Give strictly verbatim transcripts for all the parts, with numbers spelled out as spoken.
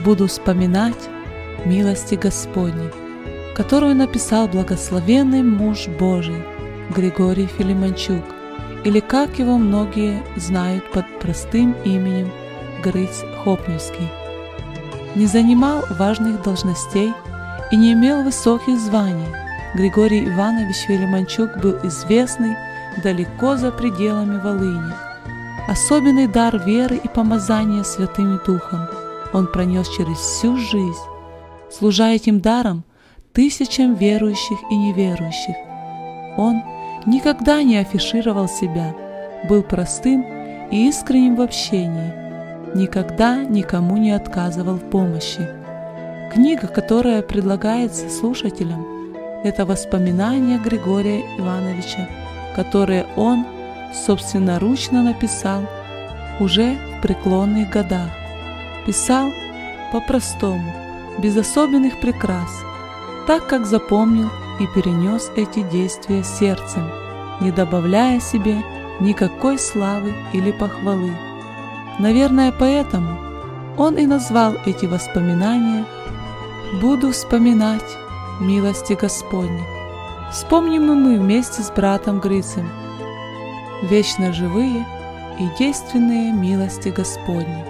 буду вспоминать милости Господни, которую написал благословенный муж Божий Григорий Филимончук, или как его многие знают под простым именем Грыць Хопневский. Не занимал важных должностей и не имел высоких званий. Григорий Иванович Филимончук был известный далеко за пределами Волыни. Особенный дар веры и помазания Святым Духом он пронес через всю жизнь, служа этим даром тысячам верующих и неверующих. Он никогда не афишировал себя, был простым и искренним в общении, никогда никому не отказывал в помощи. Книга, которая предлагается слушателям, это воспоминания Григория Ивановича, которые он собственноручно написал уже в преклонных годах. Писал по-простому, без особенных прикрас, так как запомнил и перенес эти действия сердцем, не добавляя себе никакой славы или похвалы. Наверное, поэтому он и назвал эти воспоминания «Буду вспоминать милости Господни». Вспомним и мы вместе с братом Грыцем вечно живые и действенные милости Господни.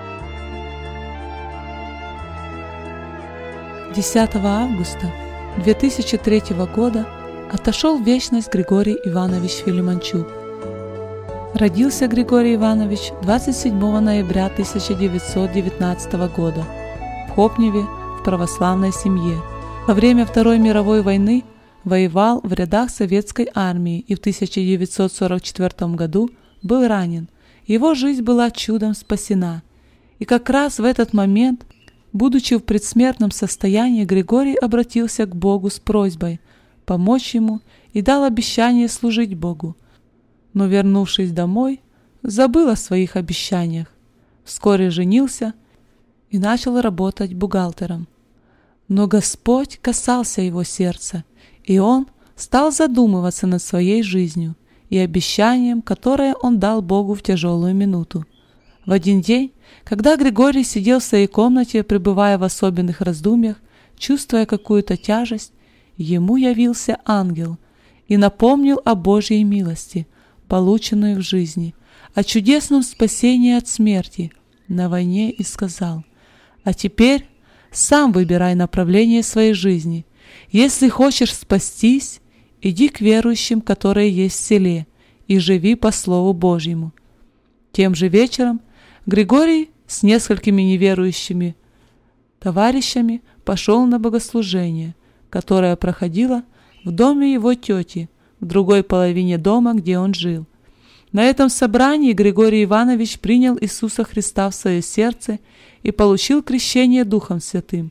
десятого августа две тысячи третьего года отошел в вечность Григорий Иванович Филимончук. Родился Григорий Иванович двадцать седьмого ноября тысяча девятьсот девятнадцатого года в Хопневе в православной семье. Во время Второй мировой войны воевал в рядах советской армии и в тысяча девятьсот сорок четвёртом году был ранен. Его жизнь была чудом спасена. И как раз в этот момент, будучи в предсмертном состоянии, Григорий обратился к Богу с просьбой помочь ему и дал обещание служить Богу. Но, вернувшись домой, забыл о своих обещаниях. Вскоре женился и начал работать бухгалтером. Но Господь касался его сердца, и он стал задумываться над своей жизнью и обещанием, которое он дал Богу в тяжелую минуту. В один день, когда Григорий сидел в своей комнате, пребывая в особенных раздумьях, чувствуя какую-то тяжесть, ему явился ангел и напомнил о Божьей милости, полученной в жизни, о чудесном спасении от смерти на войне, и сказал: «А теперь сам выбирай направление своей жизни. Если хочешь спастись, иди к верующим, которые есть в селе, и живи по Слову Божьему». Тем же вечером Григорий с несколькими неверующими товарищами пошел на богослужение, которое проходило в доме его тети, в другой половине дома, где он жил. На этом собрании Григорий Иванович принял Иисуса Христа в свое сердце и получил крещение Духом Святым,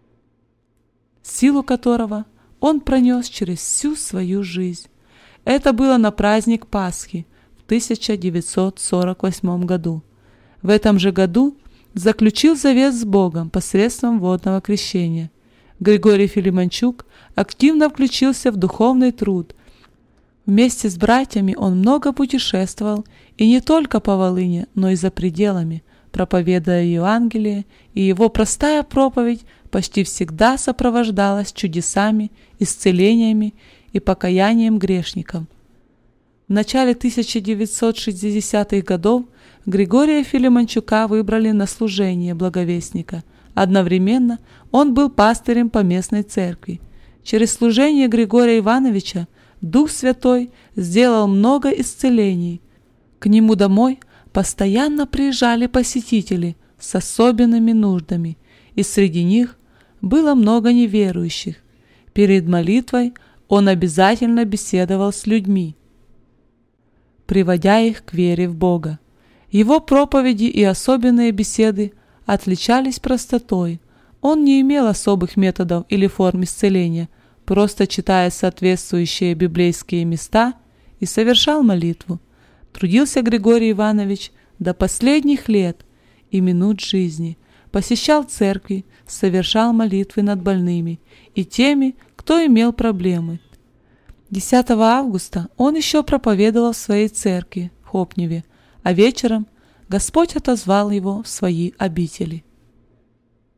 силу которого он пронес через всю свою жизнь. Это было на праздник Пасхи в тысяча девятьсот сорок восьмом году. В этом же году заключил завет с Богом посредством водного крещения. Григорий Филимончук активно включился в духовный труд. Вместе с братьями он много путешествовал, и не только по Волыне, но и за пределами, проповедуя Евангелие, и его простая проповедь почти всегда сопровождалась чудесами, исцелениями и покаянием грешников. В начале тысяча девятьсот шестидесятых годов Григория Филимончука выбрали на служение благовестника. Одновременно он был пастырем по местной церкви. Через служение Григория Ивановича Дух Святой сделал много исцелений. К нему домой постоянно приезжали посетители с особенными нуждами, и среди них было много неверующих. Перед молитвой он обязательно беседовал с людьми, приводя их к вере в Бога. Его проповеди и особенные беседы отличались простотой. Он не имел особых методов или форм исцеления, просто читая соответствующие библейские места, и совершал молитву. Трудился Григорий Иванович до последних лет и минут жизни, посещал церкви, совершал молитвы над больными и теми, кто имел проблемы. десятого августа он еще проповедовал в своей церкви в Хопневе, а вечером Господь отозвал его в свои обители.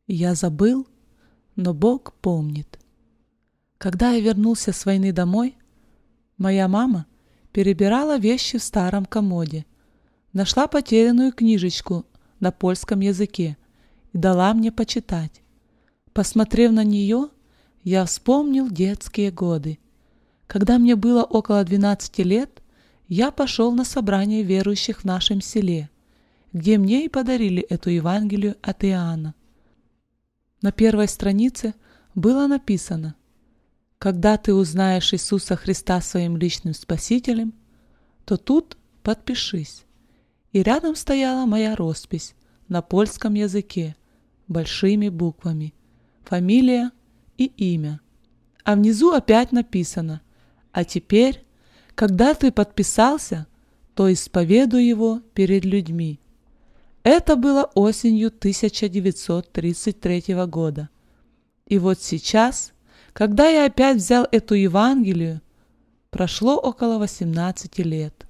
Я забыл, но Бог помнит. Когда я вернулся с войны домой, моя мама перебирала вещи в старом комоде, нашла потерянную книжечку на польском языке и дала мне почитать. Посмотрев на нее, я вспомнил детские годы. Когда мне было около двенадцати лет, я пошел на собрание верующих в нашем селе, где мне и подарили эту Евангелию от Иоанна. На первой странице было написано: «Когда ты узнаешь Иисуса Христа своим личным Спасителем, то тут подпишись». И рядом стояла моя роспись на польском языке, большими буквами, фамилия и имя. А внизу опять написано: «А теперь, когда ты подписался, то исповедуй его перед людьми». Это было осенью тысяча девятьсот тридцать третьего года. И вот сейчас, когда я опять взял эту Евангелию, прошло около восемнадцати лет.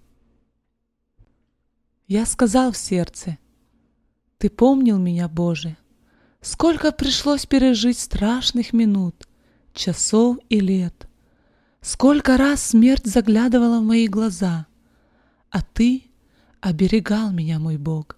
Я сказал в сердце: «Ты помнил меня, Боже? Сколько пришлось пережить страшных минут, часов и лет! Сколько раз смерть заглядывала в мои глаза, а Ты оберегал меня, мой Бог.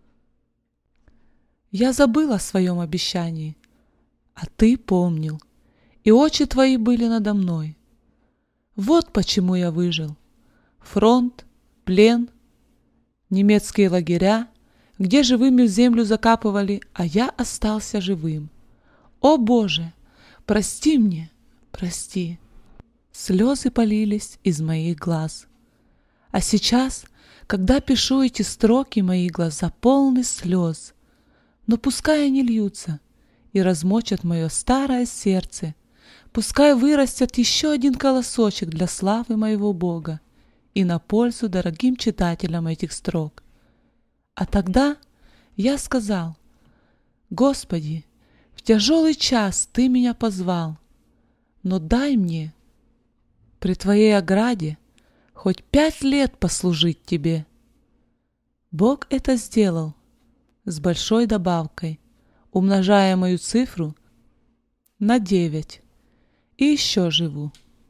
Я забыл о своем обещании, а Ты помнил, и очи Твои были надо мной. Вот почему я выжил. Фронт, плен, немецкие лагеря, где живыми в землю закапывали, а я остался живым. О Боже, прости мне, прости!» Слезы полились из моих глаз. А сейчас, когда пишу эти строки, мои глаза полны слез. Но пускай они льются и размочат мое старое сердце, пускай вырастет еще один колосочек для славы моего Бога и на пользу дорогим читателям этих строк. А тогда я сказал: «Господи, в тяжелый час Ты меня позвал, но дай мне при Твоей ограде хоть пять лет послужить Тебе». Бог это сделал с большой добавкой, умножая мою цифру на девять, и еще живу.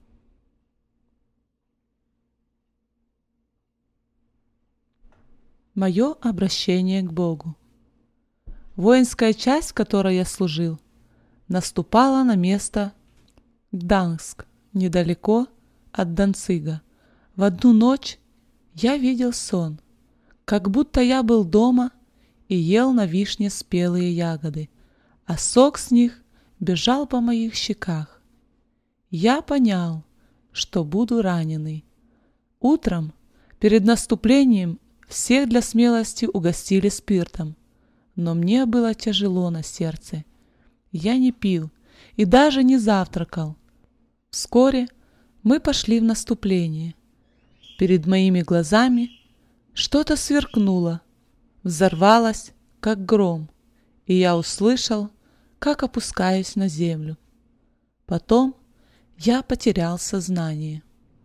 Мое обращение к Богу. Воинская часть, в которой я служил, наступала на место Гданск, недалеко от Данцига. В одну ночь я видел сон, как будто я был дома и ел на вишне спелые ягоды, а сок с них бежал по моих щеках. Я понял, что буду раненый. Утром, перед наступлением, всех для смелости угостили спиртом, но мне было тяжело на сердце. Я не пил и даже не завтракал. Вскоре мы пошли в наступление. Перед моими глазами что-то сверкнуло, взорвалось, как гром, и я услышал, как опускаюсь на землю. Потом я потерял сознание.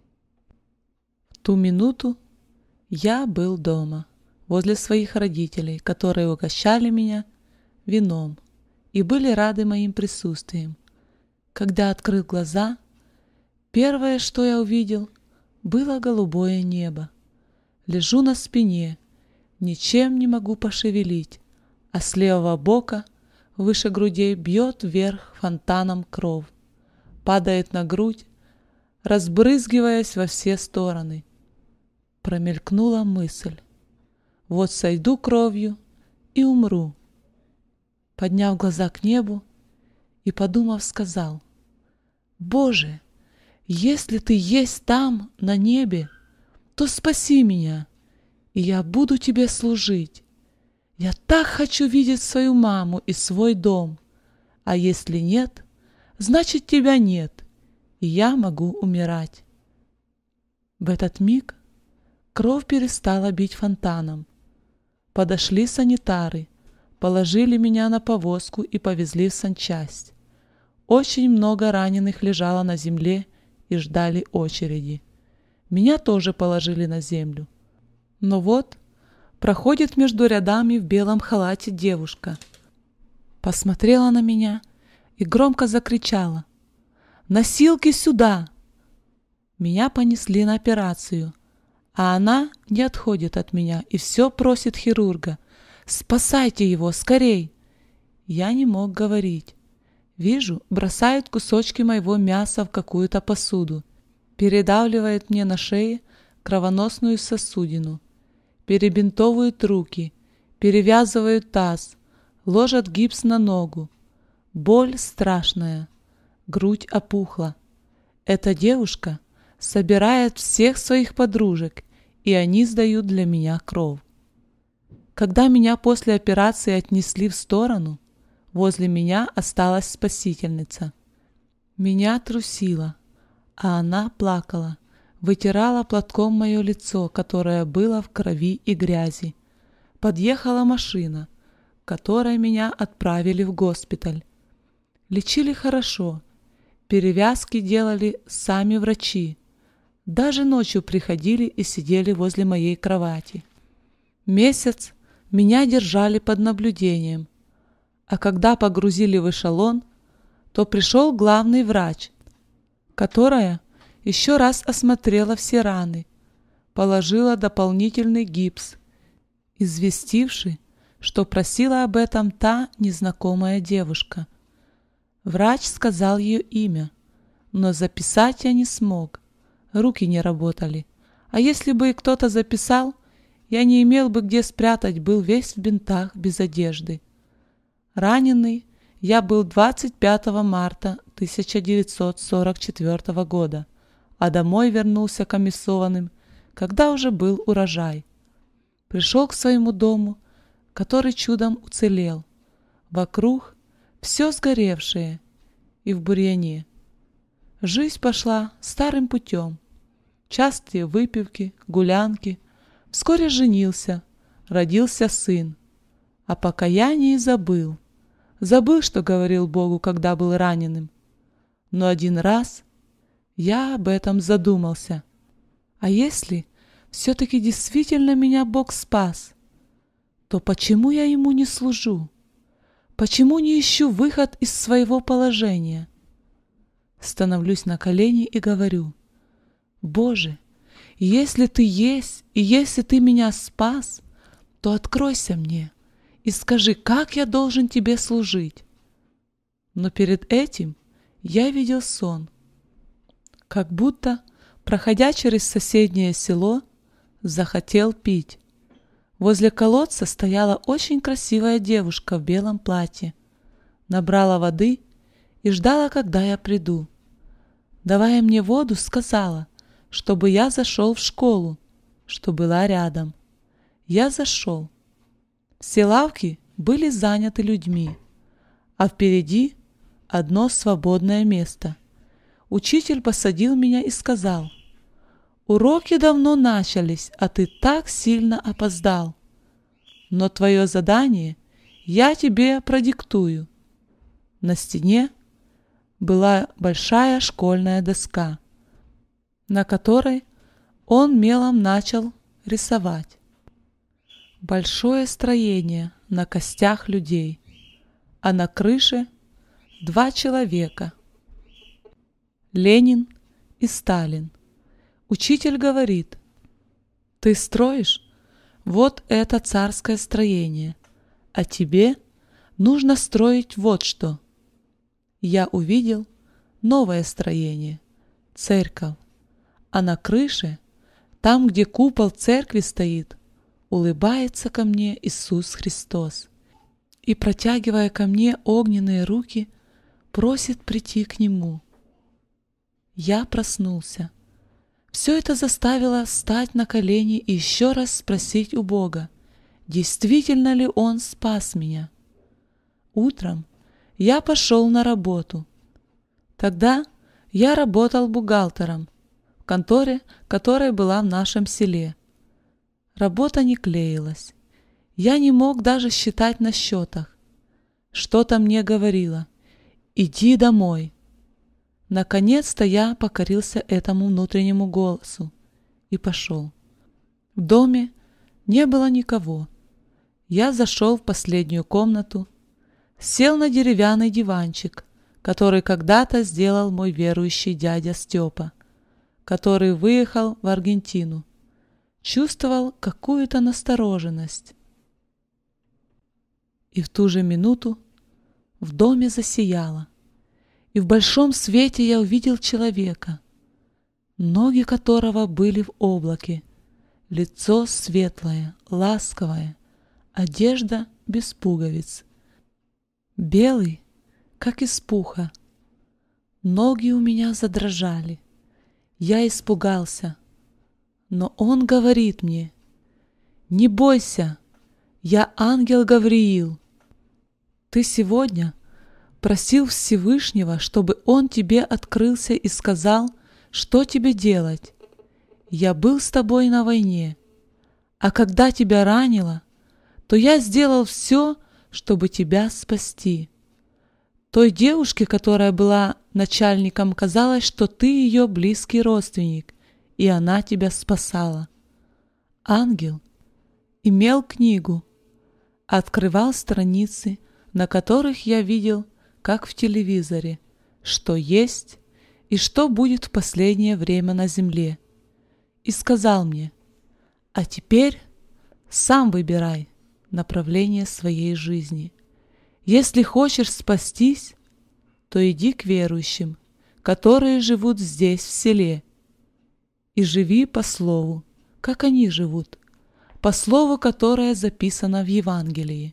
В ту минуту я был дома, возле своих родителей, которые угощали меня вином и были рады моим присутствием. Когда открыл глаза, первое, что я увидел, было голубое небо. Лежу на спине, ничем не могу пошевелить, а с левого бока, выше грудей, бьет вверх фонтаном кровь, падает на грудь, разбрызгиваясь во все стороны. Промелькнула мысль: вот сойду кровью и умру. Подняв глаза к небу и, подумав, сказал: «Боже, если Ты есть там, на небе, то спаси меня, и я буду Тебе служить. Я так хочу видеть свою маму и свой дом, а если нет, значит Тебя нет, и я могу умирать». В этот миг кровь перестала бить фонтаном. Подошли санитары, положили меня на повозку и повезли в санчасть. Очень много раненых лежало на земле и ждали очереди. Меня тоже положили на землю. Но вот проходит между рядами в белом халате девушка. посмотрела на меня и громко закричала: «Носилки сюда!» Меня понесли на операцию, а она не отходит от меня и все просит хирурга: «Спасайте его, скорей!» Я не мог говорить. Вижу, бросают кусочки моего мяса в какую-то посуду, передавливают мне на шее кровоносную сосудину, перебинтовывают руки, перевязывают таз, ложат гипс на ногу. Боль страшная, грудь опухла. Эта девушка собирает всех своих подружек, и они сдают для меня кровь. Когда меня после операции отнесли в сторону, возле меня осталась спасительница. Меня трусило, а она плакала, вытирала платком мое лицо, которое было в крови и грязи. Подъехала машина, которой меня отправили в госпиталь. Лечили хорошо, перевязки делали сами врачи. Даже ночью приходили и сидели возле моей кровати. Месяц меня держали под наблюдением, а когда погрузили в эшелон, то пришел главный врач, которая еще раз осмотрела все раны, положила дополнительный гипс, известивши, что просила об этом та незнакомая девушка. Врач сказал ее имя, но записать я не смог, руки не работали, а если бы и кто-то записал, я не имел бы где спрятать, был весь в бинтах, без одежды. Раненый я был двадцать пятого марта тысяча девятьсот сорок четвёртого года, а домой вернулся комиссованным, когда уже был урожай. Пришел к своему дому, который чудом уцелел. Вокруг все сгоревшее и в бурьяне. Жизнь пошла старым путем. Частые выпивки, гулянки. Вскоре женился, родился сын. О покаянии забыл. Забыл, что говорил Богу, когда был раненым. Но один раз я об этом задумался. А если все-таки действительно меня Бог спас, то почему я Ему не служу? Почему не ищу выход из своего положения? Становлюсь на колени и говорю: Боже, если Ты есть, и если Ты меня спас, то откройся мне и скажи, как я должен Тебе служить. Но перед этим я видел сон, как будто, проходя через соседнее село, захотел пить. Возле колодца стояла очень красивая девушка в белом платье, набрала воды и ждала, когда я приду. Давая мне воду, сказала, чтобы я зашел в школу, что была рядом. Я зашел. Все лавки были заняты людьми, а впереди одно свободное место. Учитель посадил меня и сказал: «Уроки давно начались, а ты так сильно опоздал. Но твое задание я тебе продиктую». На стене была большая школьная доска, на которой он мелом начал рисовать. Большое строение на костях людей, а на крыше два человека — Ленин и Сталин. Учитель говорит: «Ты строишь вот это царское строение, а тебе нужно строить вот что». Я увидел новое строение — церковь, а на крыше, там, где купол церкви стоит, улыбается ко мне Иисус Христос и, протягивая ко мне огненные руки, просит прийти к Нему. Я проснулся. Все это заставило встать на колени и еще раз спросить у Бога, действительно ли Он спас меня. Утром я пошел на работу. Тогда я работал бухгалтером в конторе, которая была в нашем селе. Работа не клеилась. Я не мог даже считать на счетах. Что-то мне говорило: «Иди домой». Наконец-то я покорился этому внутреннему голосу и пошел. В доме не было никого. Я зашел в последнюю комнату, Сел на деревянный диванчик, который когда-то сделал мой верующий дядя Степа, который выехал в Аргентину. Чувствовал какую-то настороженность. И в ту же минуту в доме засияло, и в большом свете я увидел человека, ноги которого были в облаке, лицо светлое, ласковое, одежда без пуговиц, белый, как из пуха. Ноги у меня задрожали. Я испугался. Но он говорит мне: «Не бойся, я ангел Гавриил. Ты сегодня просил Всевышнего, чтобы он тебе открылся и сказал, что тебе делать. Я был с тобой на войне, а когда тебя ранило, то я сделал все, чтобы тебя спасти. Той девушке, которая была начальником, казалось, что ты ее близкий родственник, и она тебя спасала. Ангел имел книгу, открывал страницы, на которых я видел, как в телевизоре, что есть и что будет в последнее время на земле, и сказал мне: а теперь сам выбирай направление своей жизни. Если хочешь спастись, то иди к верующим, которые живут здесь, в селе, и живи по слову, как они живут, по слову, которое записано в Евангелии.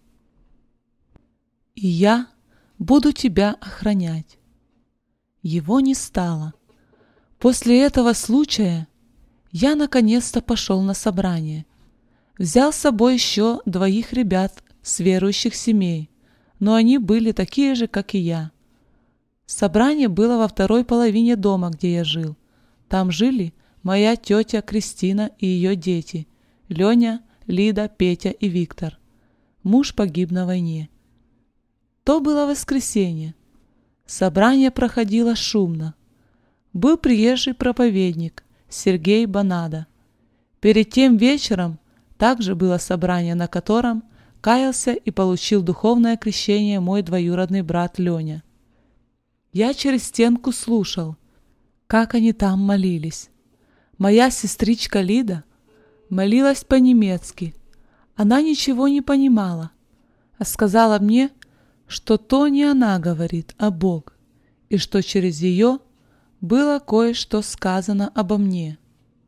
И я буду тебя охранять». Его не стало. После этого случая я наконец-то пошел на собрание. Взял с собой еще двоих ребят с верующих семей, но они были такие же, как и я. Собрание было во второй половине дома, где я жил. Там жили моя тетя Кристина и ее дети – Леня, Лида, Петя и Виктор. Муж погиб на войне. То было воскресенье. Собрание проходило шумно. Был приезжий проповедник Сергей Банада. Перед тем вечером также было собрание, на котором каялся и получил духовное крещение мой двоюродный брат Леня. Я через стенку слушал, как они там молились. Моя сестричка Лида молилась по-немецки. Она ничего не понимала, а сказала мне, что то не она говорит, а Бог, и что через ее было кое-что сказано обо мне.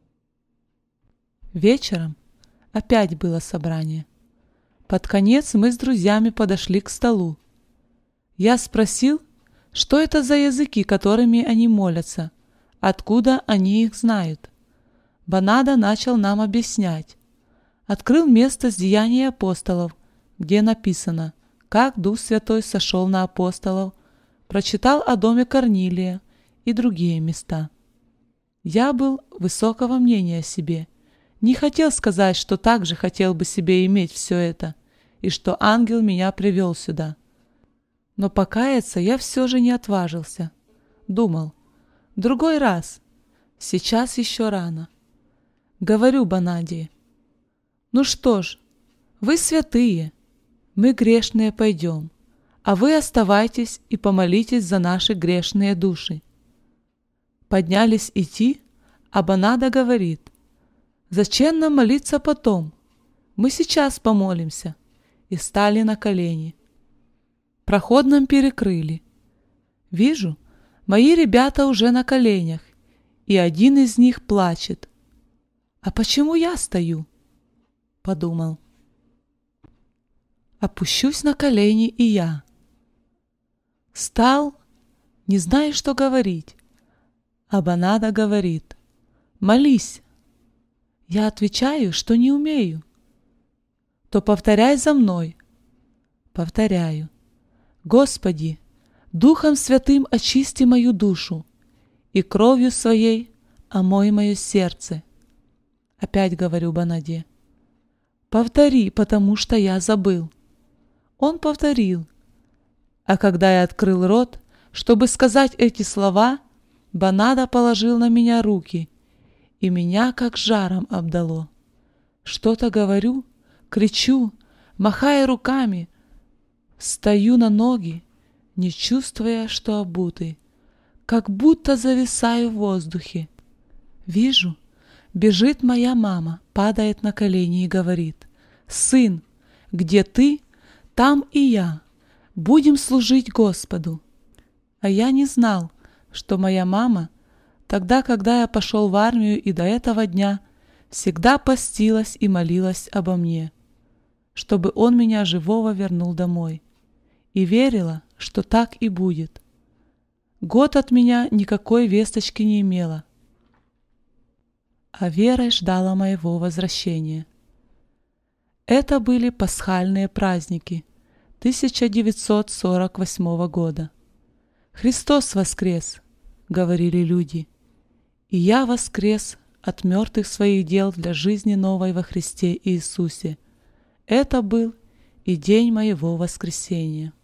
Вечером опять было собрание. Под конец мы с друзьями подошли к столу. Я спросил, что это за языки, которыми они молятся, откуда они их знают. Банада начал нам объяснять. Открыл место с Деяний апостолов, где написано, как Дух Святой сошел на апостолов, прочитал о доме Корнилия и другие места. Я был высокого мнения о себе. Не хотел сказать, что также хотел бы себе иметь все это, и что ангел меня привел сюда. Но покаяться я все же не отважился. Думал, другой раз, сейчас еще рано. Говорю Банаде: ну что ж, вы святые, мы грешные пойдем, а вы оставайтесь и помолитесь за наши грешные души. Поднялись идти, а Банада говорит: зачем нам молиться потом? Мы сейчас помолимся. И стали на колени. Проход нам перекрыли. Вижу, мои ребята уже на коленях, и один из них плачет. А почему я стою? Подумал. Опущусь на колени и я. Стал, не зная, что говорить. А Банада говорит: молись. Я отвечаю, что не умею. То повторяй за мной. Повторяю: Господи, Духом Святым очисти мою душу, и кровью своей омой мое сердце. Опять говорю Банаде: повтори, потому что я забыл. Он повторил. А когда я открыл рот, чтобы сказать эти слова, Банада положил на меня руки, и меня как жаром обдало. Что-то говорю, кричу, махая руками. Встаю на ноги, не чувствуя, что обутый, как будто зависаю в воздухе. Вижу, бежит моя мама, падает на колени и говорит: «Сын, где ты, там и я. Будем служить Господу». А я не знал, что моя мама, тогда, когда я пошел в армию и до этого дня, всегда постилась и молилась обо мне, чтобы Он меня живого вернул домой, и верила, что так и будет. Год от меня никакой весточки не имела, а верой ждала моего возвращения. Это были пасхальные праздники тысяча девятьсот сорок восьмого года. «Христос воскрес!» — говорили люди. «И я воскрес от мертвых своих дел для жизни новой во Христе Иисусе. Это был и день моего воскресения».